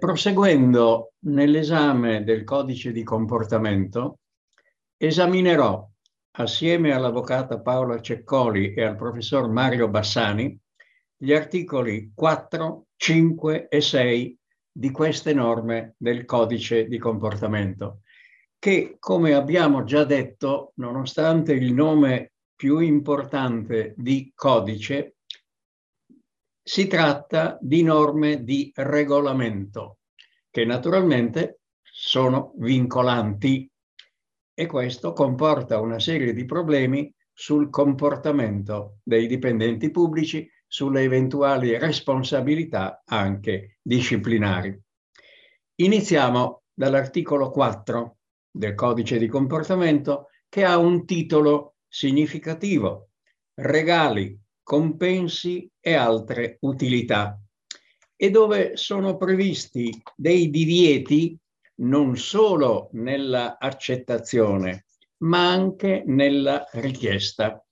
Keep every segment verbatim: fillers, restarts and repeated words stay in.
Proseguendo nell'esame del codice di comportamento, esaminerò, assieme all'avvocata Paola Ceccoli e al professor Mario Bassani, gli articoli quattro, cinque e sei di queste norme del codice di comportamento, che, come abbiamo già detto, nonostante il nome più importante di codice, si tratta di norme di regolamento, che naturalmente sono vincolanti, e questo comporta una serie di problemi sul comportamento dei dipendenti pubblici, sulle eventuali responsabilità anche disciplinari. Iniziamo dall'articolo quattro del codice di comportamento, che ha un titolo significativo: regali, compensi e altre utilità, e dove sono previsti dei divieti non solo nella accettazione, ma anche nella richiesta.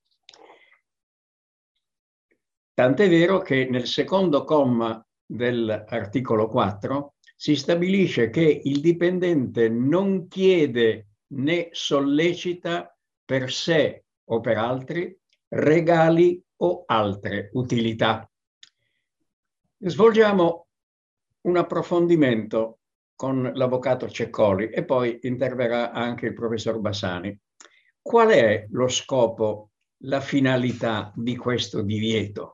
Tant'è vero che nel secondo comma dell'articolo quattro si stabilisce che il dipendente non chiede né sollecita per sé o per altri regali o altre utilità. Svolgiamo un approfondimento con l'avvocato Ceccoli e poi interverrà anche il professor Bassani. Qual è lo scopo, la finalità di questo divieto?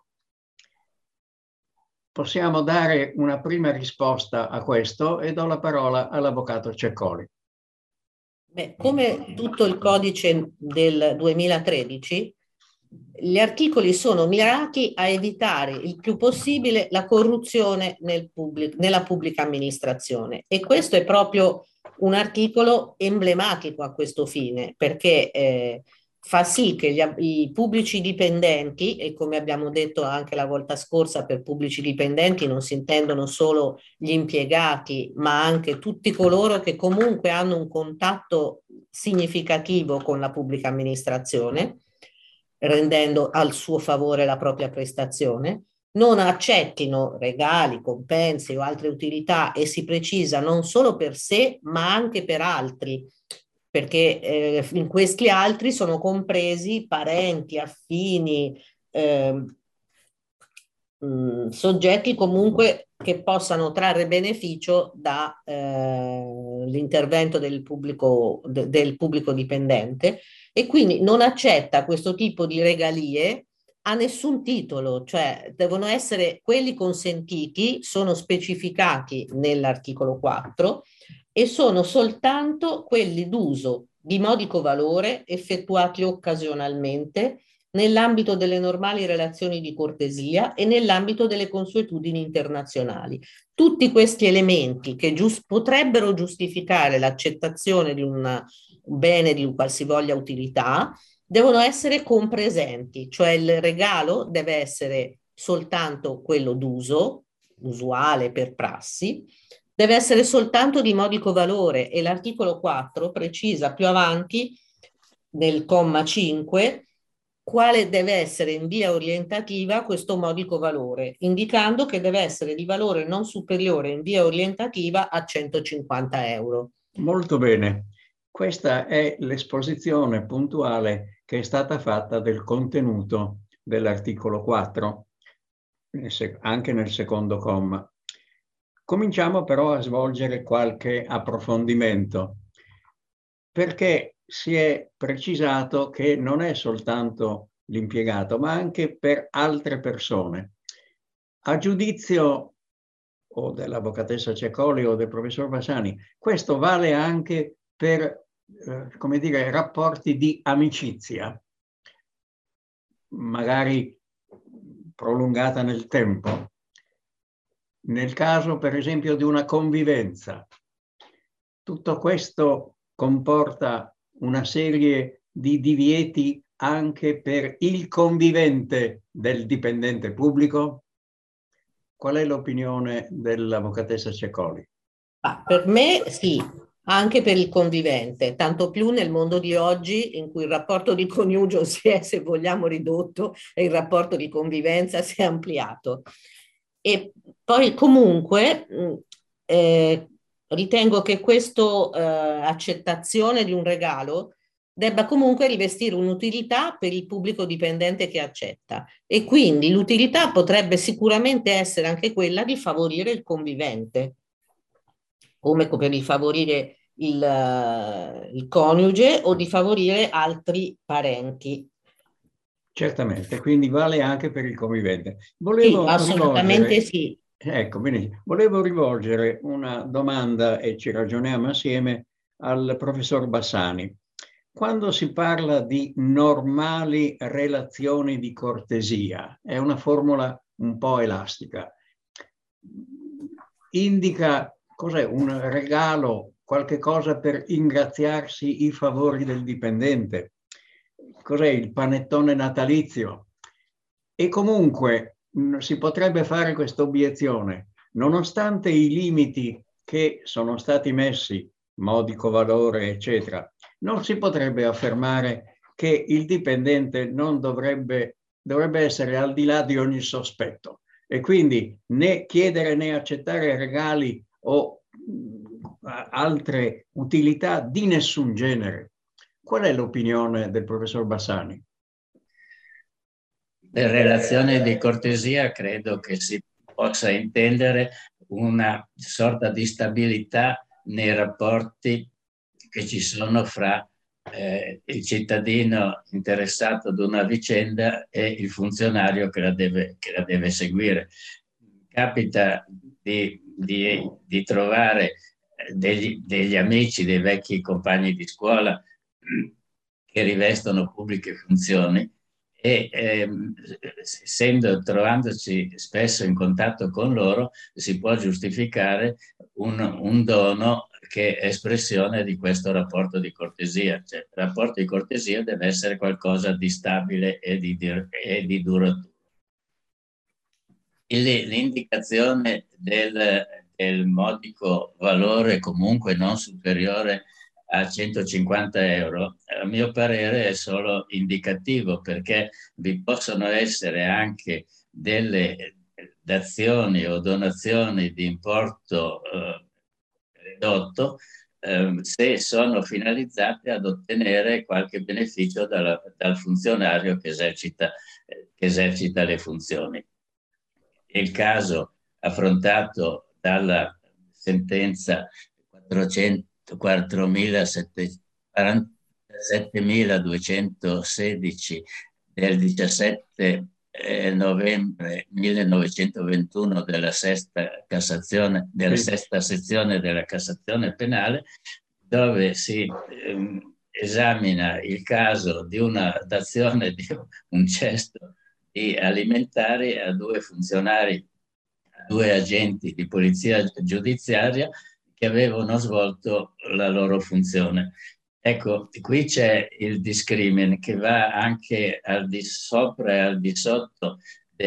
Possiamo dare una prima risposta a questo e do la parola all'avvocato Ceccoli. Beh, come tutto il codice del duemilatredici, gli articoli sono mirati a evitare il più possibile la corruzione nel pubblic- nella pubblica amministrazione, e questo è proprio un articolo emblematico a questo fine, perché eh, fa sì che gli, i pubblici dipendenti, e come abbiamo detto anche la volta scorsa, per pubblici dipendenti non si intendono solo gli impiegati, ma anche tutti coloro che comunque hanno un contatto significativo con la pubblica amministrazione, rendendo al suo favore la propria prestazione, non accettino regali, compensi o altre utilità, e si precisa non solo per sé ma anche per altri, perché eh, in questi altri sono compresi parenti, affini, eh, mh, soggetti comunque che possano trarre beneficio dall'intervento eh, del pubblico, de, del pubblico dipendente, e quindi non accetta questo tipo di regalie a nessun titolo, cioè devono essere quelli consentiti, sono specificati nell'articolo quattro, e sono soltanto quelli d'uso di modico valore effettuati occasionalmente nell'ambito delle normali relazioni di cortesia e nell'ambito delle consuetudini internazionali. Tutti questi elementi che giust- potrebbero giustificare l'accettazione di una, un bene di qualsivoglia utilità devono essere compresenti, cioè il regalo deve essere soltanto quello d'uso, usuale per prassi, deve essere soltanto di modico valore, e l'articolo quattro precisa più avanti nel comma cinque quale deve essere in via orientativa questo modico valore, indicando che deve essere di valore non superiore in via orientativa a centocinquanta euro. Molto bene. Questa è l'esposizione puntuale che è stata fatta del contenuto dell'articolo quattro, anche nel secondo comma. Cominciamo però a svolgere qualche approfondimento, perché si è precisato che non è soltanto l'impiegato, ma anche per altre persone. A giudizio o dell'avvocatessa Ceccoli o del professor Bassani, questo vale anche per, eh, come dire, rapporti di amicizia, magari prolungata nel tempo. Nel caso, per esempio, di una convivenza, tutto questo comporta una serie di divieti anche per il convivente del dipendente pubblico. Qual è l'opinione dell'avvocatessa Ceccoli? Ah, per me sì, anche per il convivente, tanto più nel mondo di oggi in cui il rapporto di coniugio si è, se vogliamo, ridotto e il rapporto di convivenza si è ampliato. E poi comunque eh, ritengo che questa eh, accettazione di un regalo debba comunque rivestire un'utilità per il pubblico dipendente che accetta, e quindi l'utilità potrebbe sicuramente essere anche quella di favorire il convivente, come per di favorire il, eh, il coniuge o di favorire altri parenti. Certamente, quindi vale anche per il convivente. Sì, Volevo assolutamente rivolgere, sì. ecco, benissimo. Volevo rivolgere una domanda, e ci ragioniamo assieme, al professor Bassani. Quando si parla di normali relazioni di cortesia, è una formula un po' elastica. Indica cos'è un regalo, qualche cosa per ingraziarsi i favori del dipendente. Cos'è il panettone natalizio? E comunque mh, si potrebbe fare questa obiezione, nonostante i limiti che sono stati messi, modico valore, eccetera, non si potrebbe affermare che il dipendente non dovrebbe, dovrebbe essere al di là di ogni sospetto, e quindi né chiedere né accettare regali o mh, altre utilità di nessun genere. Qual è l'opinione del professor Bassani? Per relazione di cortesia credo che si possa intendere una sorta di stabilità nei rapporti che ci sono fra eh, il cittadino interessato ad una vicenda e il funzionario che la deve, che la deve seguire. Capita di, di, di trovare degli, degli amici, dei vecchi compagni di scuola che rivestono pubbliche funzioni e ehm, essendo, trovandoci spesso in contatto con loro, si può giustificare un, un dono che è espressione di questo rapporto di cortesia. Cioè, il rapporto di cortesia deve essere qualcosa di stabile e di, di, e di duraturo. L'indicazione del, del modico valore comunque non superiore a centocinquanta euro, a mio parere è solo indicativo, perché vi possono essere anche delle dazioni o donazioni di importo eh, ridotto eh, se sono finalizzate ad ottenere qualche beneficio dalla, dal funzionario che esercita, eh, che esercita le funzioni. Il caso affrontato dalla sentenza quattromilasettemiladuecentosedici del diciassette eh, novembre millenovecentoventuno della sesta Cassazione, della Sì. sesta sezione della Cassazione penale, dove si ehm, esamina il caso di una dazione di un cesto di alimentari a due funzionari, a due agenti di polizia giudiziaria che avevano svolto la loro funzione. Ecco, qui c'è il discrimine che va anche al di sopra e al di sotto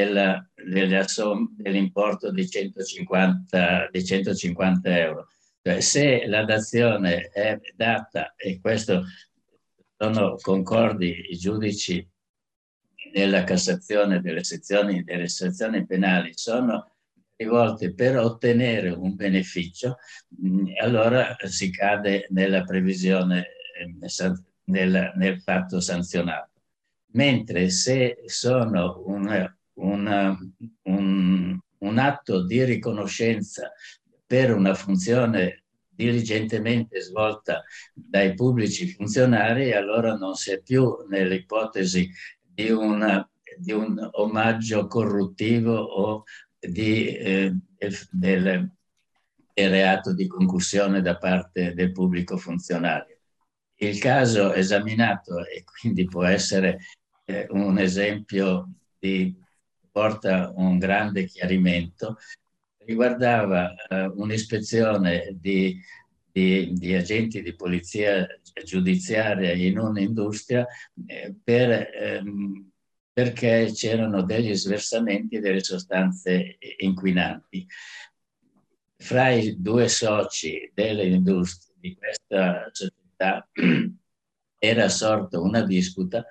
dell'importo di centocinquanta, di centocinquanta euro. Cioè, se la dazione è data, e questo sono concordi i giudici della Cassazione, delle sezioni, delle sezioni penali, sono rivolte per ottenere un beneficio, allora si cade nella previsione, nel, nel fatto sanzionato. Mentre se sono un, un, un, un atto di riconoscenza per una funzione diligentemente svolta dai pubblici funzionari, allora non si è più nell'ipotesi di, una, di un omaggio corruttivo o di, eh, del, del reato di concussione da parte del pubblico funzionario. Il caso esaminato, e quindi può essere eh, un esempio di porta un grande chiarimento, riguardava eh, un'ispezione di, di, di agenti di polizia giudiziaria in un'industria eh, per, ehm, perché c'erano degli sversamenti delle sostanze inquinanti. Fra i due soci dell'industria di questa società era sorta una disputa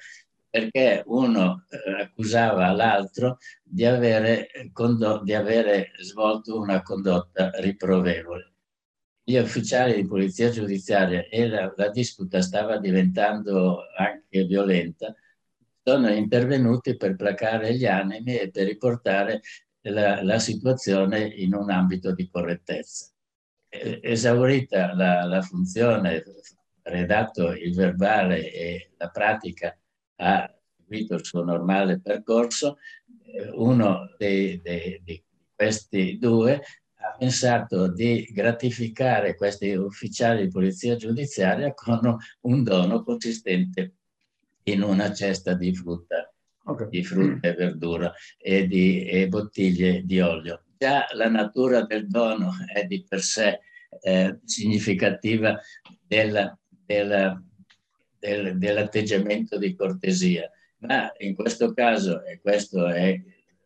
perché uno eh, accusava l'altro di avere, di avere svolto una condotta riprovevole. Gli ufficiali di polizia giudiziaria, e la, la disputa stava diventando anche violenta, sono intervenuti per placare gli animi e per riportare la, la situazione in un ambito di correttezza. Esaurita la, la funzione, redatto il verbale e la pratica ha seguito il suo normale percorso, uno dei, dei, di questi due ha pensato di gratificare questi ufficiali di polizia giudiziaria con un dono consistente in una cesta di frutta, okay. di frutta e verdura e di e bottiglie di olio. Già la natura del dono è di per sé eh, significativa della, della, del, dell'atteggiamento di cortesia, ma in questo caso, e questo è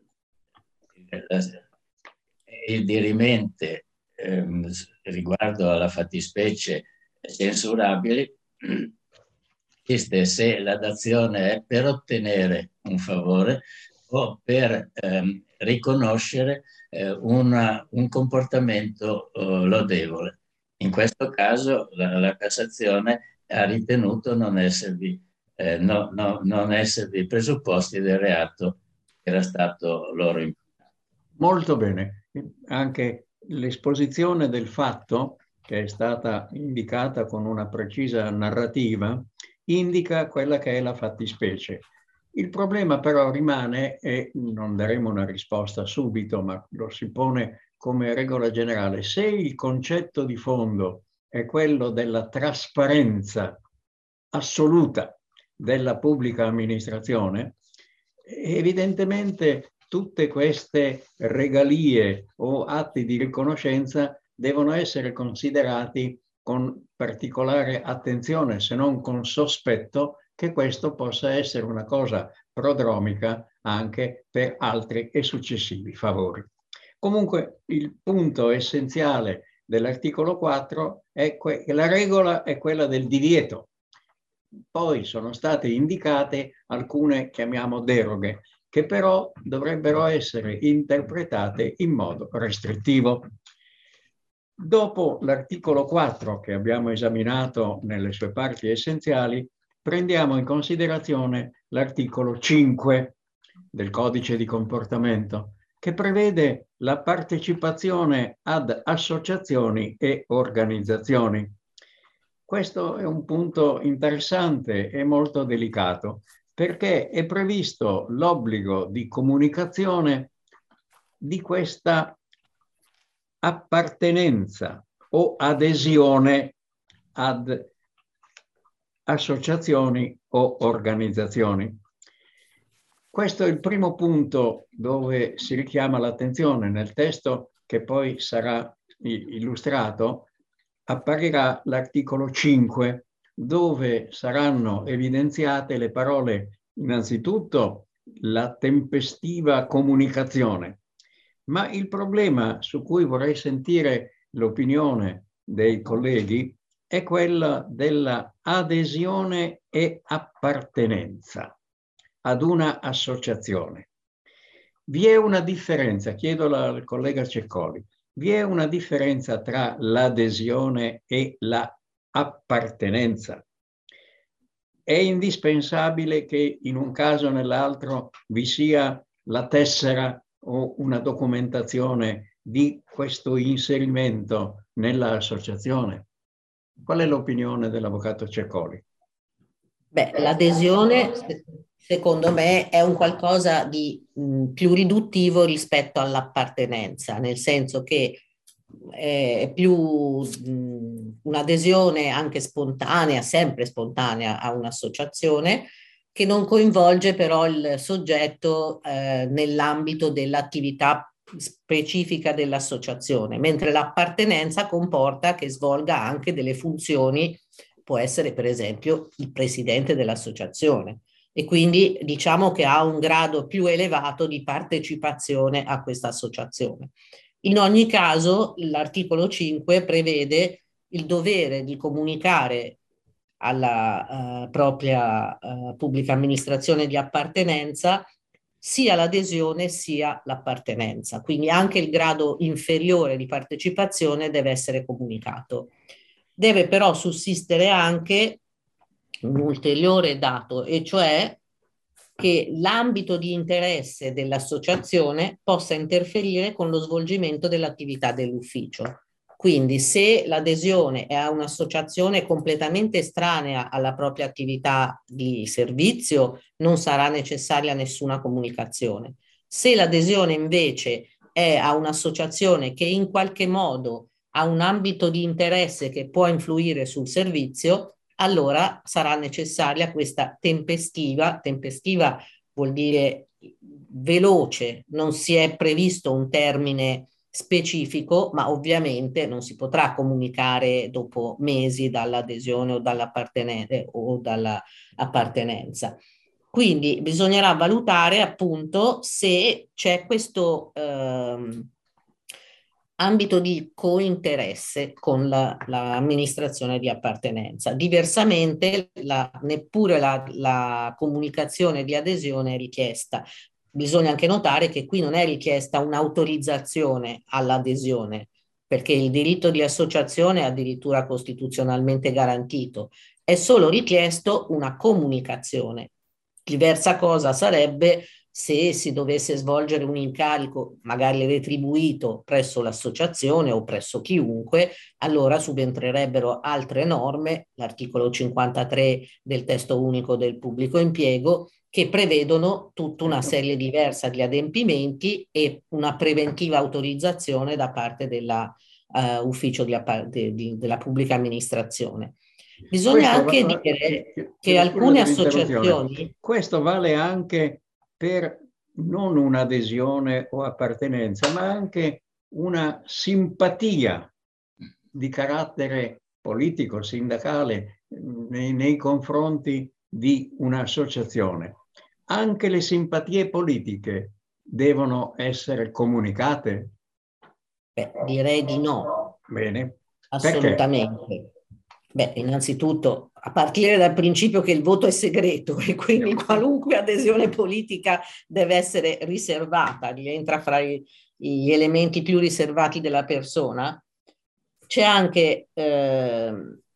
il dirimente ehm, riguardo alla fattispecie censurabili, esiste se la dazione è per ottenere un favore o per ehm, riconoscere eh, una, un comportamento eh, lodevole. In questo caso la, la Cassazione ha ritenuto non esservi, eh, no, no, non esservi presupposti del reato che era stato loro imputato. Molto bene. Anche l'esposizione del fatto, che è stata indicata con una precisa narrativa, indica quella che è la fattispecie. Il problema però rimane, e non daremo una risposta subito, ma lo si pone come regola generale: se il concetto di fondo è quello della trasparenza assoluta della pubblica amministrazione, evidentemente tutte queste regalie o atti di riconoscenza devono essere considerati con particolare attenzione, se non con sospetto, che questo possa essere una cosa prodromica anche per altri e successivi favori. Comunque il punto essenziale dell'articolo quattro è che la regola è quella del divieto. Poi sono state indicate alcune, chiamiamo, deroghe, che però dovrebbero essere interpretate in modo restrittivo. Dopo l'articolo quattro, che abbiamo esaminato nelle sue parti essenziali, prendiamo in considerazione l'articolo cinque del Codice di comportamento, che prevede la partecipazione ad associazioni e organizzazioni. Questo è un punto interessante e molto delicato, perché è previsto l'obbligo di comunicazione di questa appartenenza o adesione ad associazioni o organizzazioni. Questo è il primo punto dove si richiama l'attenzione. Nel testo che poi sarà illustrato apparirà l'articolo cinque, dove saranno evidenziate le parole, innanzitutto la tempestiva comunicazione, ma il problema su cui vorrei sentire l'opinione dei colleghi è quella della adesione e appartenenza ad una associazione. Vi è una differenza, chiedo al collega Ceccoli, vi è una differenza tra l'adesione e la appartenenza? È indispensabile che in un caso o nell'altro vi sia la tessera o una documentazione di questo inserimento nell'associazione? Qual è l'opinione dell'avvocato Ceccoli? Beh, l'adesione secondo me è un qualcosa di mh, più riduttivo rispetto all'appartenenza, nel senso che è più un'adesione anche spontanea, sempre spontanea a un'associazione, che non coinvolge però il soggetto eh, nell'ambito dell'attività specifica dell'associazione, mentre l'appartenenza comporta che svolga anche delle funzioni, può essere per esempio il presidente dell'associazione, e quindi diciamo che ha un grado più elevato di partecipazione a questa associazione. In ogni caso, l'articolo cinque prevede il dovere di comunicare alla uh, propria uh, pubblica amministrazione di appartenenza, sia l'adesione sia l'appartenenza. Quindi anche il grado inferiore di partecipazione deve essere comunicato. Deve però sussistere anche un ulteriore dato, e cioè che l'ambito di interesse dell'associazione possa interferire con lo svolgimento dell'attività dell'ufficio. Quindi se l'adesione è a un'associazione completamente estranea alla propria attività di servizio, non sarà necessaria nessuna comunicazione. Se l'adesione invece è a un'associazione che in qualche modo ha un ambito di interesse che può influire sul servizio, allora sarà necessaria questa tempestiva. Tempestiva vuol dire veloce, non si è previsto un termine specifico, ma ovviamente non si potrà comunicare dopo mesi dall'adesione o dall'appartenenza o dall'appartenenza. Quindi bisognerà valutare appunto se c'è questo ehm, ambito di cointeresse con l'amministrazione la, di appartenenza. Diversamente la, neppure la, la comunicazione di adesione è richiesta. Bisogna anche notare che qui non è richiesta un'autorizzazione all'adesione, perché il diritto di associazione è addirittura costituzionalmente garantito. È solo richiesto una comunicazione. Diversa cosa sarebbe se si dovesse svolgere un incarico magari retribuito presso l'associazione o presso chiunque, allora subentrerebbero altre norme, l'articolo cinquantatré del testo unico del pubblico impiego, che prevedono tutta una serie diversa di adempimenti e una preventiva autorizzazione da parte dell'ufficio uh, di, di, della pubblica amministrazione. Bisogna Questo anche va, dire che alcune associazioni... Questo vale anche per non un'adesione o appartenenza, ma anche una simpatia di carattere politico, sindacale, nei, nei confronti di un'associazione. Anche le simpatie politiche devono essere comunicate? Beh, direi di no. Bene. Assolutamente. Perché? Beh, innanzitutto, a partire dal principio che il voto è segreto e quindi qualunque adesione politica deve essere riservata, rientra fra i, gli elementi più riservati della persona, c'è anche eh,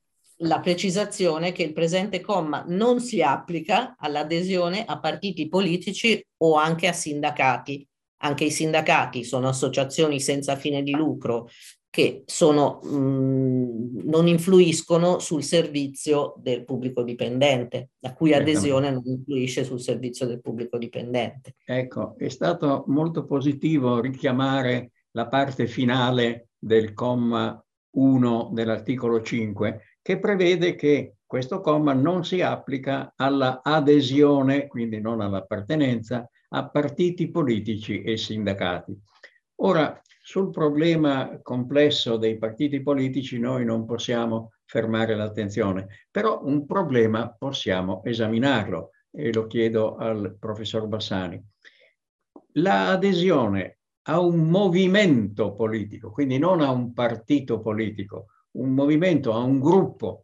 la precisazione che il presente comma non si applica all'adesione a partiti politici o anche a sindacati. Anche i sindacati sono associazioni senza fine di lucro che sono, mh, non influiscono sul servizio del pubblico dipendente, la cui adesione non influisce sul servizio del pubblico dipendente. Ecco, è stato molto positivo richiamare la parte finale del comma uno dell'articolo cinque, che prevede che questo comma non si applica alla adesione, quindi non all'appartenenza, a partiti politici e sindacati. Ora, sul problema complesso dei partiti politici noi non possiamo fermare l'attenzione, però un problema possiamo esaminarlo e lo chiedo al professor Bassani. L'adesione a un movimento politico, quindi non a un partito politico, un movimento, a un gruppo,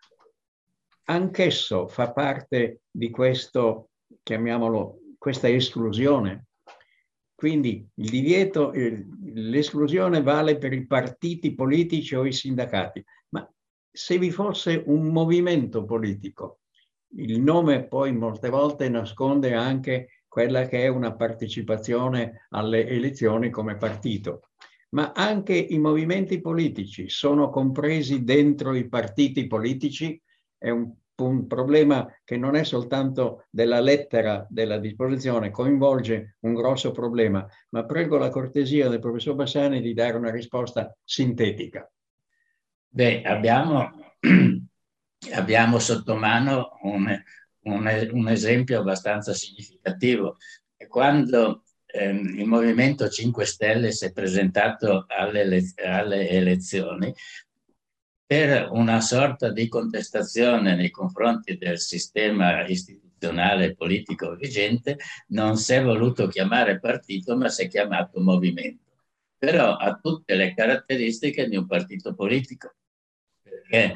anch'esso fa parte di questo, chiamiamolo, questa esclusione. Quindi il divieto, l'esclusione vale per i partiti politici o i sindacati, ma se vi fosse un movimento politico, il nome poi molte volte nasconde anche quella che è una partecipazione alle elezioni come partito, ma anche i movimenti politici sono compresi dentro i partiti politici. È un un problema che non è soltanto della lettera della disposizione, coinvolge un grosso problema, ma prego la cortesia del professor Bassani di dare una risposta sintetica. Beh, abbiamo, abbiamo sotto mano un, un, un esempio abbastanza significativo. Quando ehm, il Movimento cinque Stelle si è presentato alle, alle elezioni, per una sorta di contestazione nei confronti del sistema istituzionale politico vigente, non si è voluto chiamare partito, ma si è chiamato movimento. Però ha tutte le caratteristiche di un partito politico, perché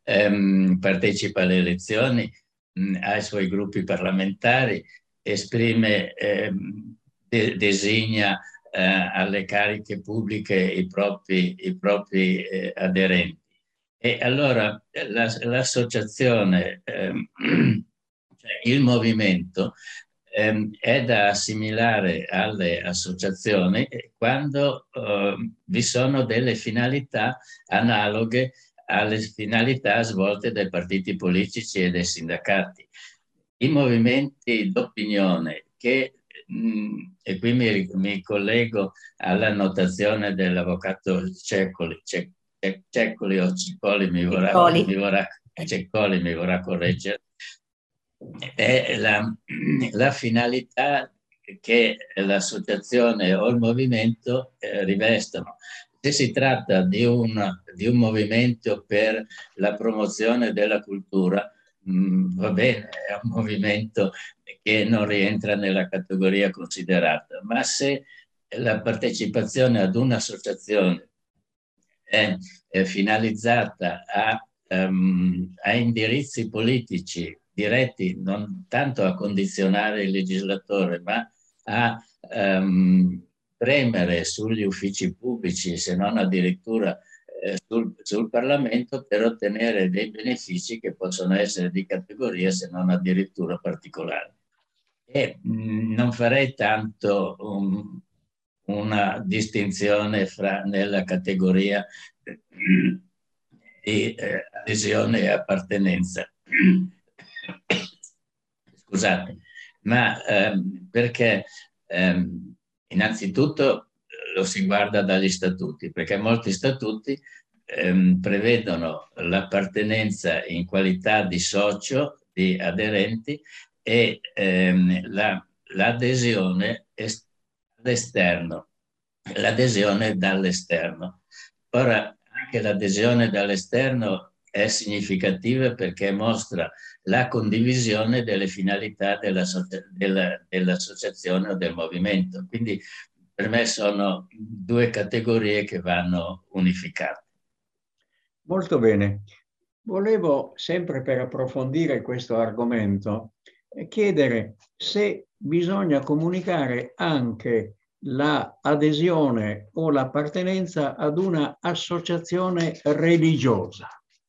ehm, partecipa alle elezioni, mh, ha i suoi gruppi parlamentari, esprime, ehm, de- designa eh, alle cariche pubbliche i propri, i propri eh, aderenti. E allora la- l'associazione, ehm, cioè il movimento, ehm, è da assimilare alle associazioni quando ehm, vi sono delle finalità analoghe alle finalità svolte dai partiti politici e dai sindacati. I movimenti d'opinione che, mh, e qui mi, mi collego alla notazione dell'avvocato Ceccoli, Ce- Ce- Ceccoli o Ciccoli mi vorrà, Piccoli. mi vorrà, Ceccoli mi vorrà correggere, è la, la finalità che l'associazione o il movimento eh, rivestono. Se si tratta di un, di un movimento per la promozione della cultura, mh, va bene, è un movimento che non rientra nella categoria considerata, ma se la partecipazione ad un'associazione è, è finalizzata a, um, a indirizzi politici diretti non tanto a condizionare il legislatore, ma a um, premere sugli uffici pubblici, se non addirittura eh, sul, sul Parlamento, per ottenere dei benefici che possono essere di categoria, se non addirittura particolari. E mh, non farei tanto um, una distinzione fra, nella categoria di eh, adesione e appartenenza. Scusate, ma ehm, perché ehm, innanzitutto lo si guarda dagli statuti, perché molti statuti ehm, prevedono l'appartenenza in qualità di socio, di aderenti, e ehm, la, l'adesione est- all'esterno, l'adesione dall'esterno. Ora, anche l'adesione dall'esterno è significativa perché mostra la condivisione delle finalità dell'associ- della, dell'associazione o del movimento. Quindi per me sono due categorie che vanno unificate. Molto bene. Volevo, sempre per approfondire questo argomento, chiedere se bisogna comunicare anche l'adesione o l'appartenenza ad una associazione religiosa.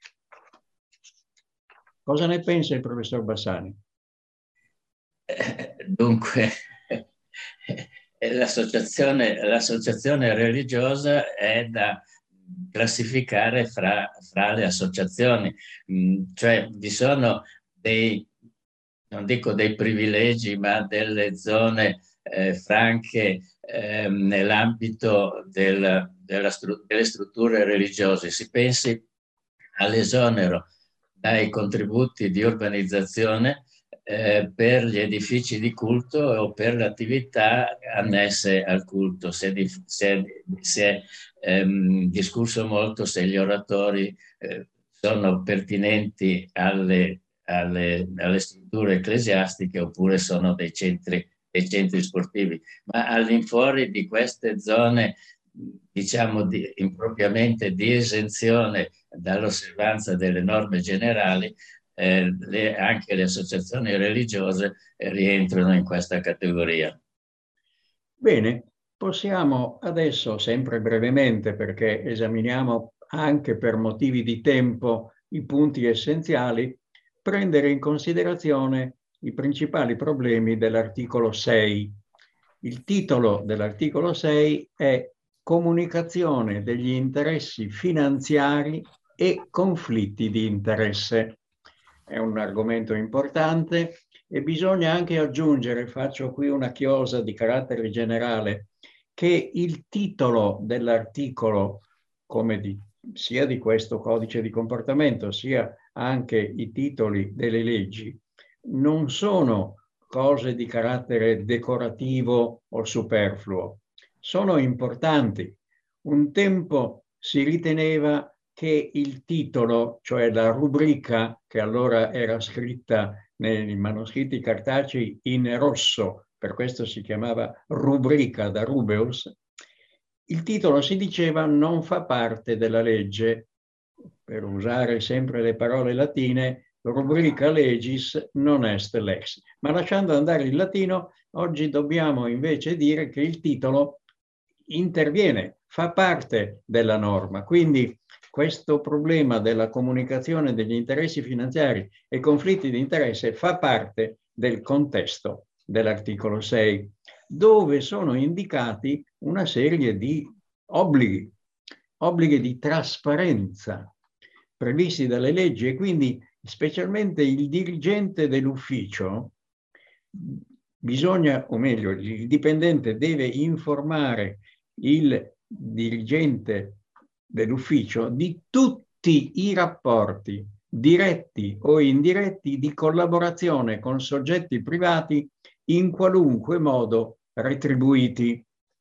Cosa ne pensa il professor Bassani? Eh, dunque, l'associazione, l'associazione religiosa è da classificare fra, fra le associazioni, mm, cioè vi sono dei, non dico dei privilegi, ma delle zone eh, franche eh, nell'ambito del, della stru- delle strutture religiose. Si pensi all'esonero dai contributi di urbanizzazione eh, per gli edifici di culto o per le attività annesse al culto. Si è, si è, si è ehm, discusso molto se gli oratori eh, sono pertinenti alle, alle, alle strutture ecclesiastiche oppure sono dei centri, dei centri sportivi, ma all'infuori di queste zone, diciamo di, impropriamente di esenzione dall'osservanza delle norme generali, eh, le, anche le associazioni religiose eh, rientrano in questa categoria. Bene, possiamo adesso, sempre brevemente, perché esaminiamo anche per motivi di tempo i punti essenziali, prendere in considerazione i principali problemi dell'articolo sei. Il titolo dell'articolo sei è Comunicazione degli interessi finanziari e conflitti di interesse. È un argomento importante e bisogna anche aggiungere, faccio qui una chiosa di carattere generale, che il titolo dell'articolo, come di, sia di questo codice di comportamento, sia anche i titoli delle leggi, non sono cose di carattere decorativo o superfluo, sono importanti. Un tempo si riteneva che il titolo, cioè la rubrica, che allora era scritta nei manoscritti cartacei in rosso, per questo si chiamava rubrica da Rubeus, il titolo si diceva non fa parte della legge, per usare sempre le parole latine, rubrica legis non est lex. Ma lasciando andare il latino, oggi dobbiamo invece dire che il titolo interviene, fa parte della norma. Quindi questo problema della comunicazione degli interessi finanziari e conflitti di interesse fa parte del contesto dell'articolo sei, dove sono indicati una serie di obblighi, obblighi di trasparenza previsti dalle leggi, e quindi specialmente il dirigente dell'ufficio bisogna, o meglio, il dipendente deve informare il dirigente dell'ufficio di tutti i rapporti diretti o indiretti di collaborazione con soggetti privati in qualunque modo retribuiti,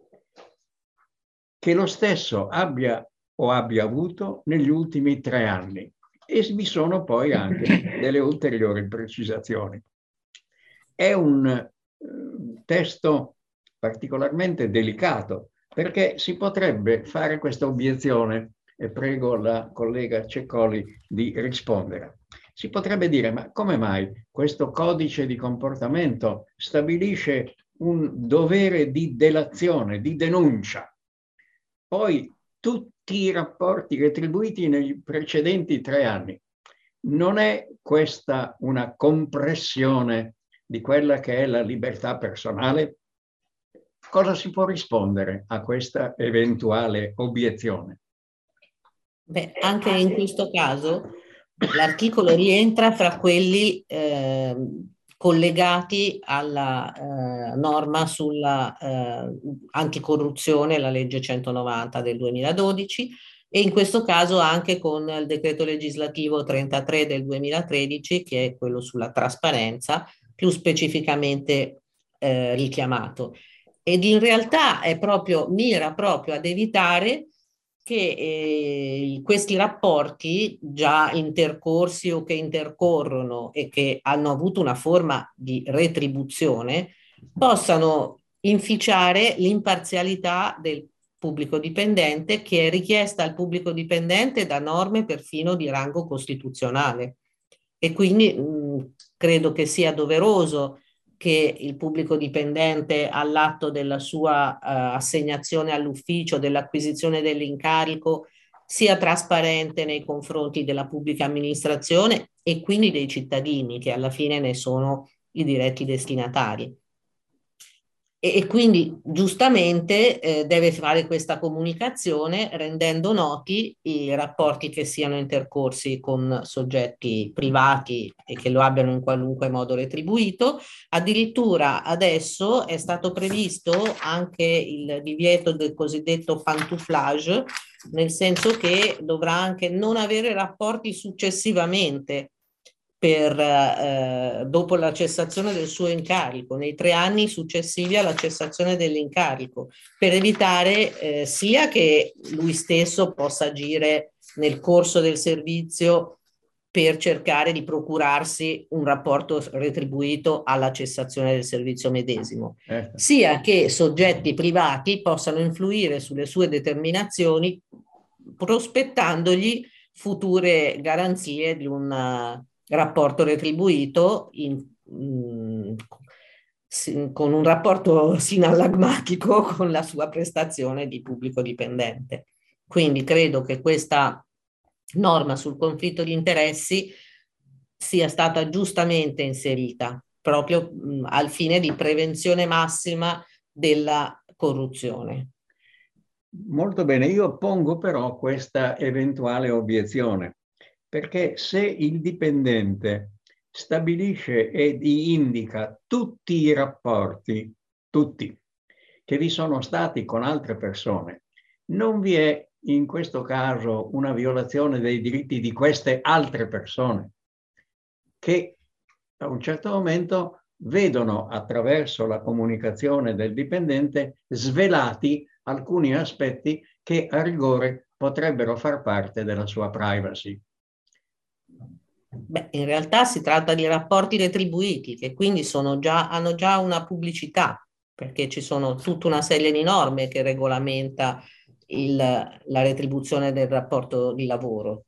che lo stesso abbia o abbia avuto negli ultimi tre anni. E vi sono poi anche delle ulteriori precisazioni. È un eh, testo particolarmente delicato, perché si potrebbe fare questa obiezione, e prego la collega Ceccoli di rispondere. Si potrebbe dire, ma come mai questo codice di comportamento stabilisce un dovere di delazione, di denuncia, poi tutti i rapporti retribuiti nei precedenti tre anni? Non è questa una compressione di quella che è la libertà personale? Cosa si può rispondere a questa eventuale obiezione? Beh, anche in questo caso l'articolo rientra fra quelli eh, collegati alla eh, norma sulla eh, anticorruzione, la legge centonovanta del duemiladodici, e in questo caso anche con il decreto legislativo trentatré del duemilatredici, che è quello sulla trasparenza, più specificamente eh, richiamato. Ed in realtà è proprio, mira proprio ad evitare che eh, questi rapporti già intercorsi o che intercorrono e che hanno avuto una forma di retribuzione possano inficiare l'imparzialità del pubblico dipendente, che è richiesta al pubblico dipendente da norme perfino di rango costituzionale. E quindi mh, credo che sia doveroso che il pubblico dipendente, all'atto della sua uh, assegnazione all'ufficio, dell'acquisizione dell'incarico, sia trasparente nei confronti della pubblica amministrazione e quindi dei cittadini, che alla fine ne sono i diretti destinatari. E, e quindi giustamente eh, deve fare questa comunicazione rendendo noti i rapporti che siano intercorsi con soggetti privati e che lo abbiano in qualunque modo retribuito. Addirittura adesso è stato previsto anche il divieto del cosiddetto pantouflage, nel senso che dovrà anche non avere rapporti successivamente per, eh, dopo la cessazione del suo incarico, nei tre anni successivi alla cessazione dell'incarico, per evitare eh, sia che lui stesso possa agire nel corso del servizio per cercare di procurarsi un rapporto retribuito alla cessazione del servizio medesimo, eh. sia che soggetti privati possano influire sulle sue determinazioni prospettandogli future garanzie di un rapporto retribuito in, in, con un rapporto sinallagmatico con la sua prestazione di pubblico dipendente. Quindi credo che questa norma sul conflitto di interessi sia stata giustamente inserita proprio mh, al fine di prevenzione massima della corruzione. Molto bene, io pongo però questa eventuale obiezione, perché se il dipendente stabilisce ed indica tutti i rapporti, tutti, che vi sono stati con altre persone, non vi è in questo caso una violazione dei diritti di queste altre persone, che a un certo momento vedono attraverso la comunicazione del dipendente svelati alcuni aspetti che a rigore potrebbero far parte della sua privacy. Beh, in realtà si tratta di rapporti retribuiti che quindi sono già, hanno già una pubblicità, perché ci sono tutta una serie di norme che regolamenta il, la retribuzione del rapporto di lavoro.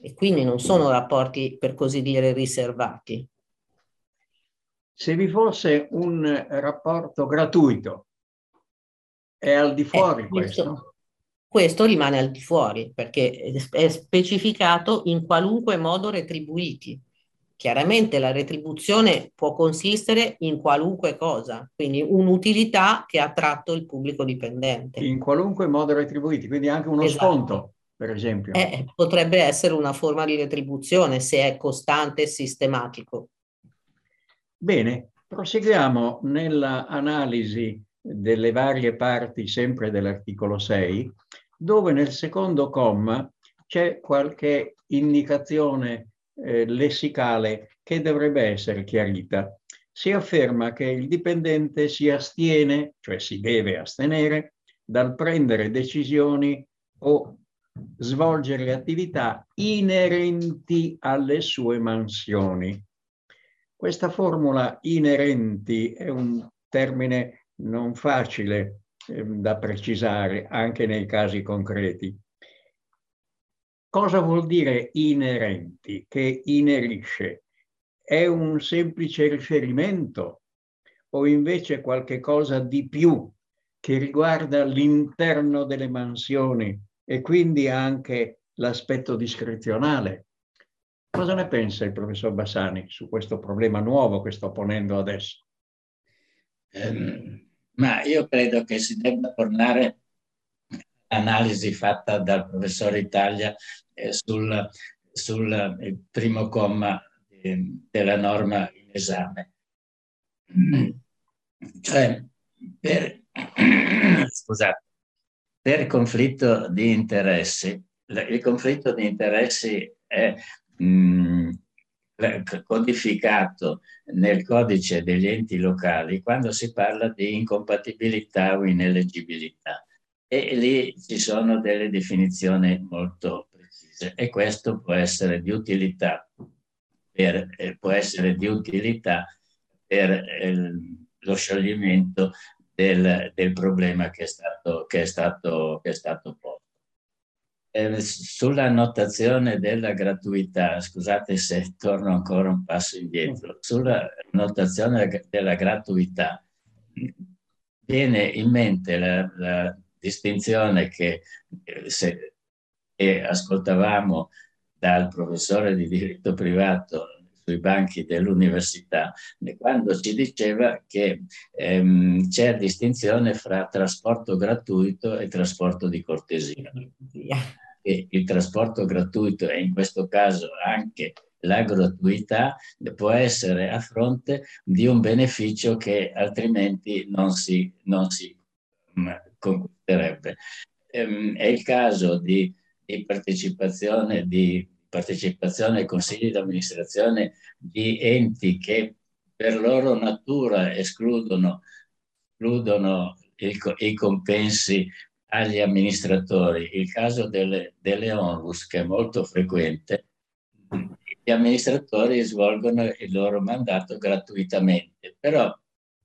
e quindi non sono rapporti, per così dire, riservati. Se vi fosse un rapporto gratuito, è al di fuori Eh, questo? questo, questo rimane al di fuori, perché è specificato in qualunque modo retribuiti. Chiaramente la retribuzione può consistere in qualunque cosa, quindi un'utilità che ha tratto il pubblico dipendente. In qualunque modo retribuiti, quindi anche uno Esatto. sconto, per esempio. Eh, potrebbe essere una forma di retribuzione se è costante e sistematico. Bene, proseguiamo nell'analisi delle varie parti sempre dell'articolo sei, dove nel secondo comma c'è qualche indicazione eh, lessicale che dovrebbe essere chiarita. Si afferma che il dipendente si astiene, cioè si deve astenere, dal prendere decisioni o svolgere attività inerenti alle sue mansioni. Questa formula inerenti è un termine non facile eh, da precisare anche nei casi concreti. Cosa vuol dire inerenti? Che inerisce? È un semplice riferimento o invece qualche cosa di più che riguarda l'interno delle mansioni e quindi anche l'aspetto discrezionale? Cosa ne pensa il professor Bassani su questo problema nuovo che sto ponendo adesso? Um, ma io credo che si debba tornare all'analisi fatta dal professor Italia eh, sul, sul eh, primo comma eh, della norma in esame. Cioè, per, scusate, per conflitto di interessi, il conflitto di interessi è mh, codificato nel codice degli enti locali quando si parla di incompatibilità o ineleggibilità, e lì ci sono delle definizioni molto precise, e questo può essere di utilità per, eh, può essere di utilità per eh, lo scioglimento del, del problema che è stato, che è stato, che è stato posto. Eh, sulla notazione della gratuità, scusate se torno ancora un passo indietro, sulla notazione della gratuità viene in mente la, la distinzione che, eh, se, che ascoltavamo dal professore di diritto privato sui banchi dell'università, quando ci diceva che ehm, c'è distinzione fra trasporto gratuito e trasporto di cortesia. E il trasporto gratuito, e in questo caso anche la gratuità, può essere a fronte di un beneficio che altrimenti non si, non si um, conquisterebbe. Um, è il caso di, di partecipazione di partecipazione ai consigli di amministrazione di enti che per loro natura escludono, escludono il, i compensi agli amministratori. Il caso delle, delle onlus, che è molto frequente, gli amministratori svolgono il loro mandato gratuitamente, però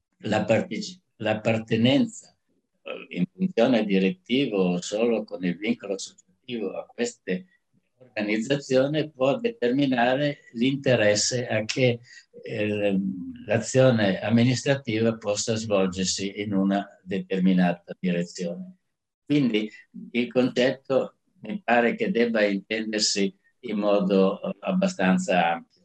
l'appartenenza in funzione direttiva o solo con il vincolo associativo a queste organizzazioni può determinare l'interesse a che eh, l'azione amministrativa possa svolgersi in una determinata direzione. Quindi il concetto mi pare che debba intendersi in modo abbastanza ampio.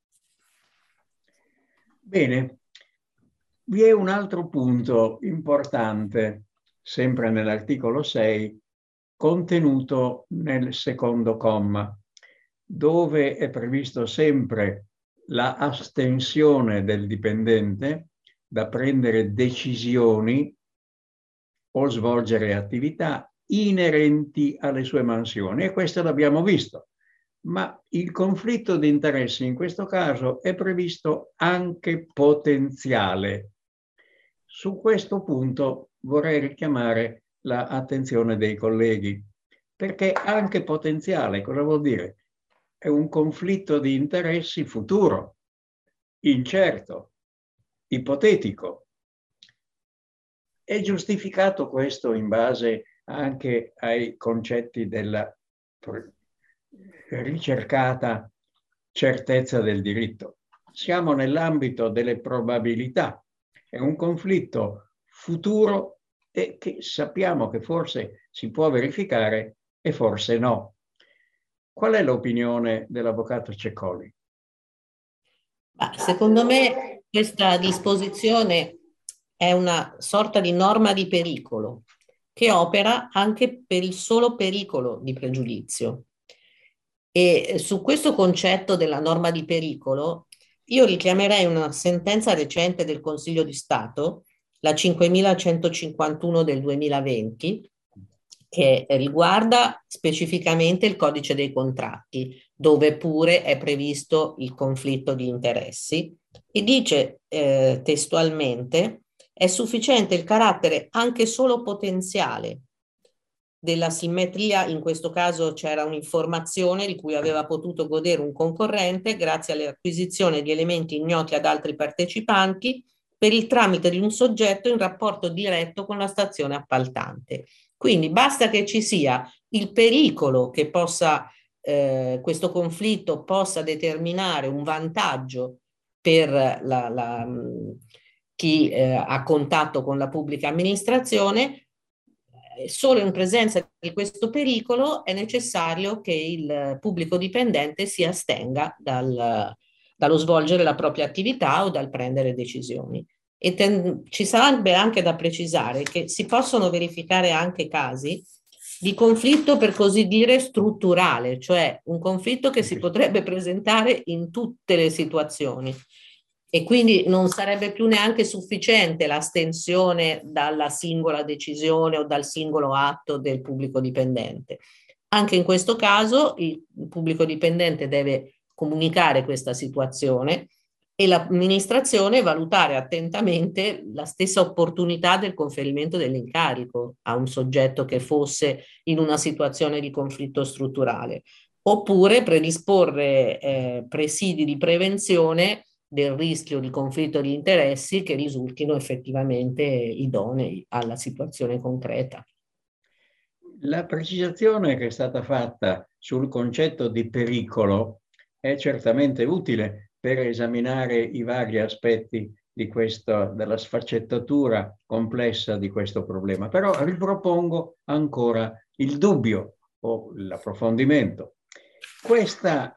Bene, vi è un altro punto importante, sempre nell'articolo sei, contenuto nel secondo comma, dove è previsto sempre la astensione del dipendente da prendere decisioni o svolgere attività inerenti alle sue mansioni, e questo l'abbiamo visto. Ma il conflitto di interessi in questo caso è previsto anche potenziale. Su questo punto vorrei richiamare l'attenzione dei colleghi, perché anche potenziale cosa vuol dire? È un conflitto di interessi futuro, incerto, ipotetico. È giustificato questo in base anche ai concetti della ricercata certezza del diritto. Siamo nell'ambito delle probabilità. È un conflitto futuro e che sappiamo che forse si può verificare e forse no. Qual è l'opinione dell'avvocato Ceccoli? Secondo me questa disposizione è una sorta di norma di pericolo che opera anche per il solo pericolo di pregiudizio. E su questo concetto della norma di pericolo io richiamerei una sentenza recente del Consiglio di Stato, la cinquemilacentocinquantuno del duemilaventi, che riguarda specificamente il codice dei contratti, dove pure è previsto il conflitto di interessi, e dice eh, testualmente: è sufficiente il carattere anche solo potenziale della simmetria. In questo caso c'era un'informazione di cui aveva potuto godere un concorrente grazie all'acquisizione di elementi ignoti ad altri partecipanti per il tramite di un soggetto in rapporto diretto con la stazione appaltante. Quindi basta che ci sia il pericolo che possa, eh, questo conflitto possa determinare un vantaggio per la, la, chi eh, ha contatto con la pubblica amministrazione. Solo in presenza di questo pericolo è necessario che il pubblico dipendente si astenga dal, dallo svolgere la propria attività o dal prendere decisioni. E ten, ci sarebbe anche da precisare che si possono verificare anche casi di conflitto, per così dire, strutturale, cioè un conflitto che si potrebbe presentare in tutte le situazioni. E quindi non sarebbe più neanche sufficiente l'astensione dalla singola decisione o dal singolo atto del pubblico dipendente. Anche in questo caso il pubblico dipendente deve comunicare questa situazione e l'amministrazione valutare attentamente la stessa opportunità del conferimento dell'incarico a un soggetto che fosse in una situazione di conflitto strutturale, oppure predisporre eh, presidi di prevenzione del rischio di conflitto di interessi che risultino effettivamente idonei alla situazione concreta. La precisazione che è stata fatta sul concetto di pericolo è certamente utile per esaminare i vari aspetti di questo, della sfaccettatura complessa di questo problema. Però ripropongo ancora il dubbio o l'approfondimento. Questa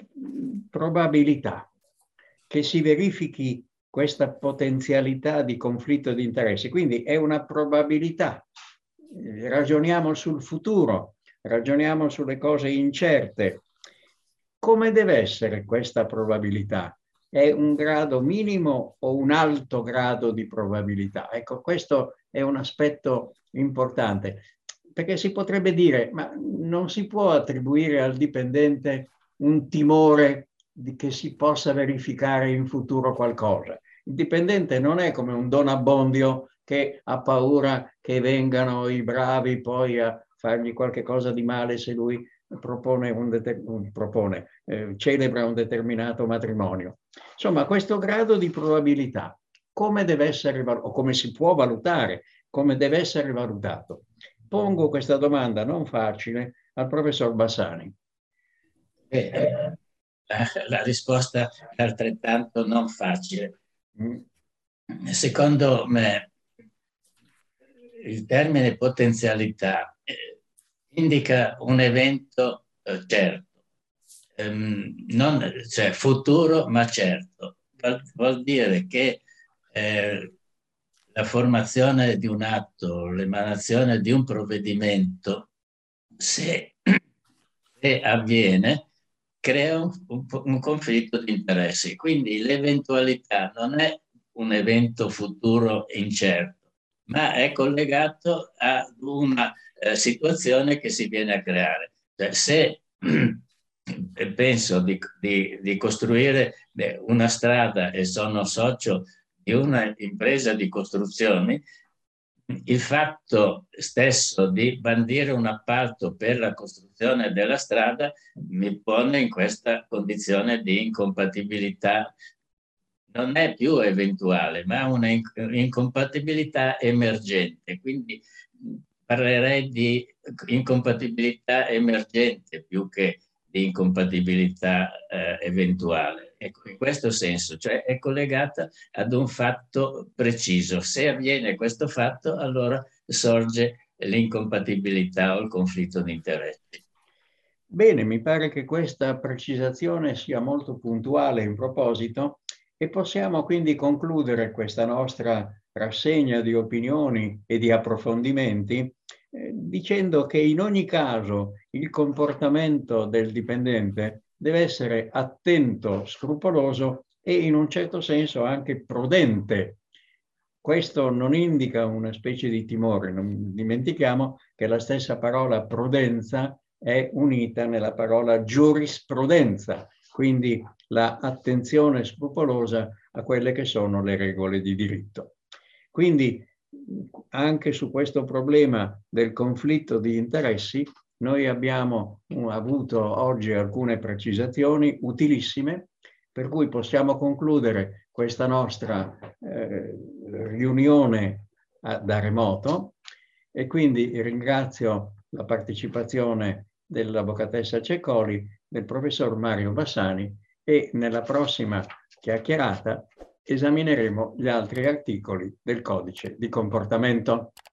probabilità che si verifichi questa potenzialità di conflitto di interessi, quindi è una probabilità. Ragioniamo sul futuro, ragioniamo sulle cose incerte. Come deve essere questa probabilità? È un grado minimo o un alto grado di probabilità? Ecco, questo è un aspetto importante, perché si potrebbe dire, ma non si può attribuire al dipendente un timore di che si possa verificare in futuro qualcosa. Il dipendente non è come un Don Abbondio che ha paura che vengano i bravi poi a fargli qualche cosa di male se lui propone un deter- propone, eh, celebra un determinato matrimonio. Insomma, questo grado di probabilità, come deve essere, o come si può valutare, come deve essere valutato? Pongo questa domanda non facile al professor Bassani. Eh, la, la risposta è altrettanto non facile. Secondo me il termine potenzialità eh, indica un evento eh, certo, ehm, non, cioè futuro ma certo. Vuol, vuol dire che eh, la formazione di un atto, l'emanazione di un provvedimento, se, se avviene, crea un, un, un conflitto di interessi. Quindi l'eventualità non è un evento futuro incerto, ma è collegato a una eh, situazione che si viene a creare. Cioè, se penso di, di, di costruire una strada e sono socio di una impresa di costruzioni, il fatto stesso di bandire un appalto per la costruzione della strada mi pone in questa condizione di incompatibilità. Non è più eventuale, ma una incompatibilità emergente. Quindi parlerei di incompatibilità emergente più che di incompatibilità eh, eventuale. Ecco, in questo senso, cioè è collegata ad un fatto preciso. Se avviene questo fatto, allora sorge l'incompatibilità o il conflitto di interessi. Bene, mi pare che questa precisazione sia molto puntuale in proposito e possiamo quindi concludere questa nostra rassegna di opinioni e di approfondimenti eh, dicendo che in ogni caso il comportamento del dipendente deve essere attento, scrupoloso e in un certo senso anche prudente. Questo non indica una specie di timore, non dimentichiamo che la stessa parola prudenza è unita nella parola giurisprudenza, quindi la attenzione scrupolosa a quelle che sono le regole di diritto. Quindi anche su questo problema del conflitto di interessi noi abbiamo avuto oggi alcune precisazioni utilissime, per cui possiamo concludere questa nostra eh, riunione a, da remoto e quindi ringrazio la partecipazione dell'avvocatessa Ceccoli, del professor Mario Bassani e nella prossima chiacchierata esamineremo gli altri articoli del codice di comportamento.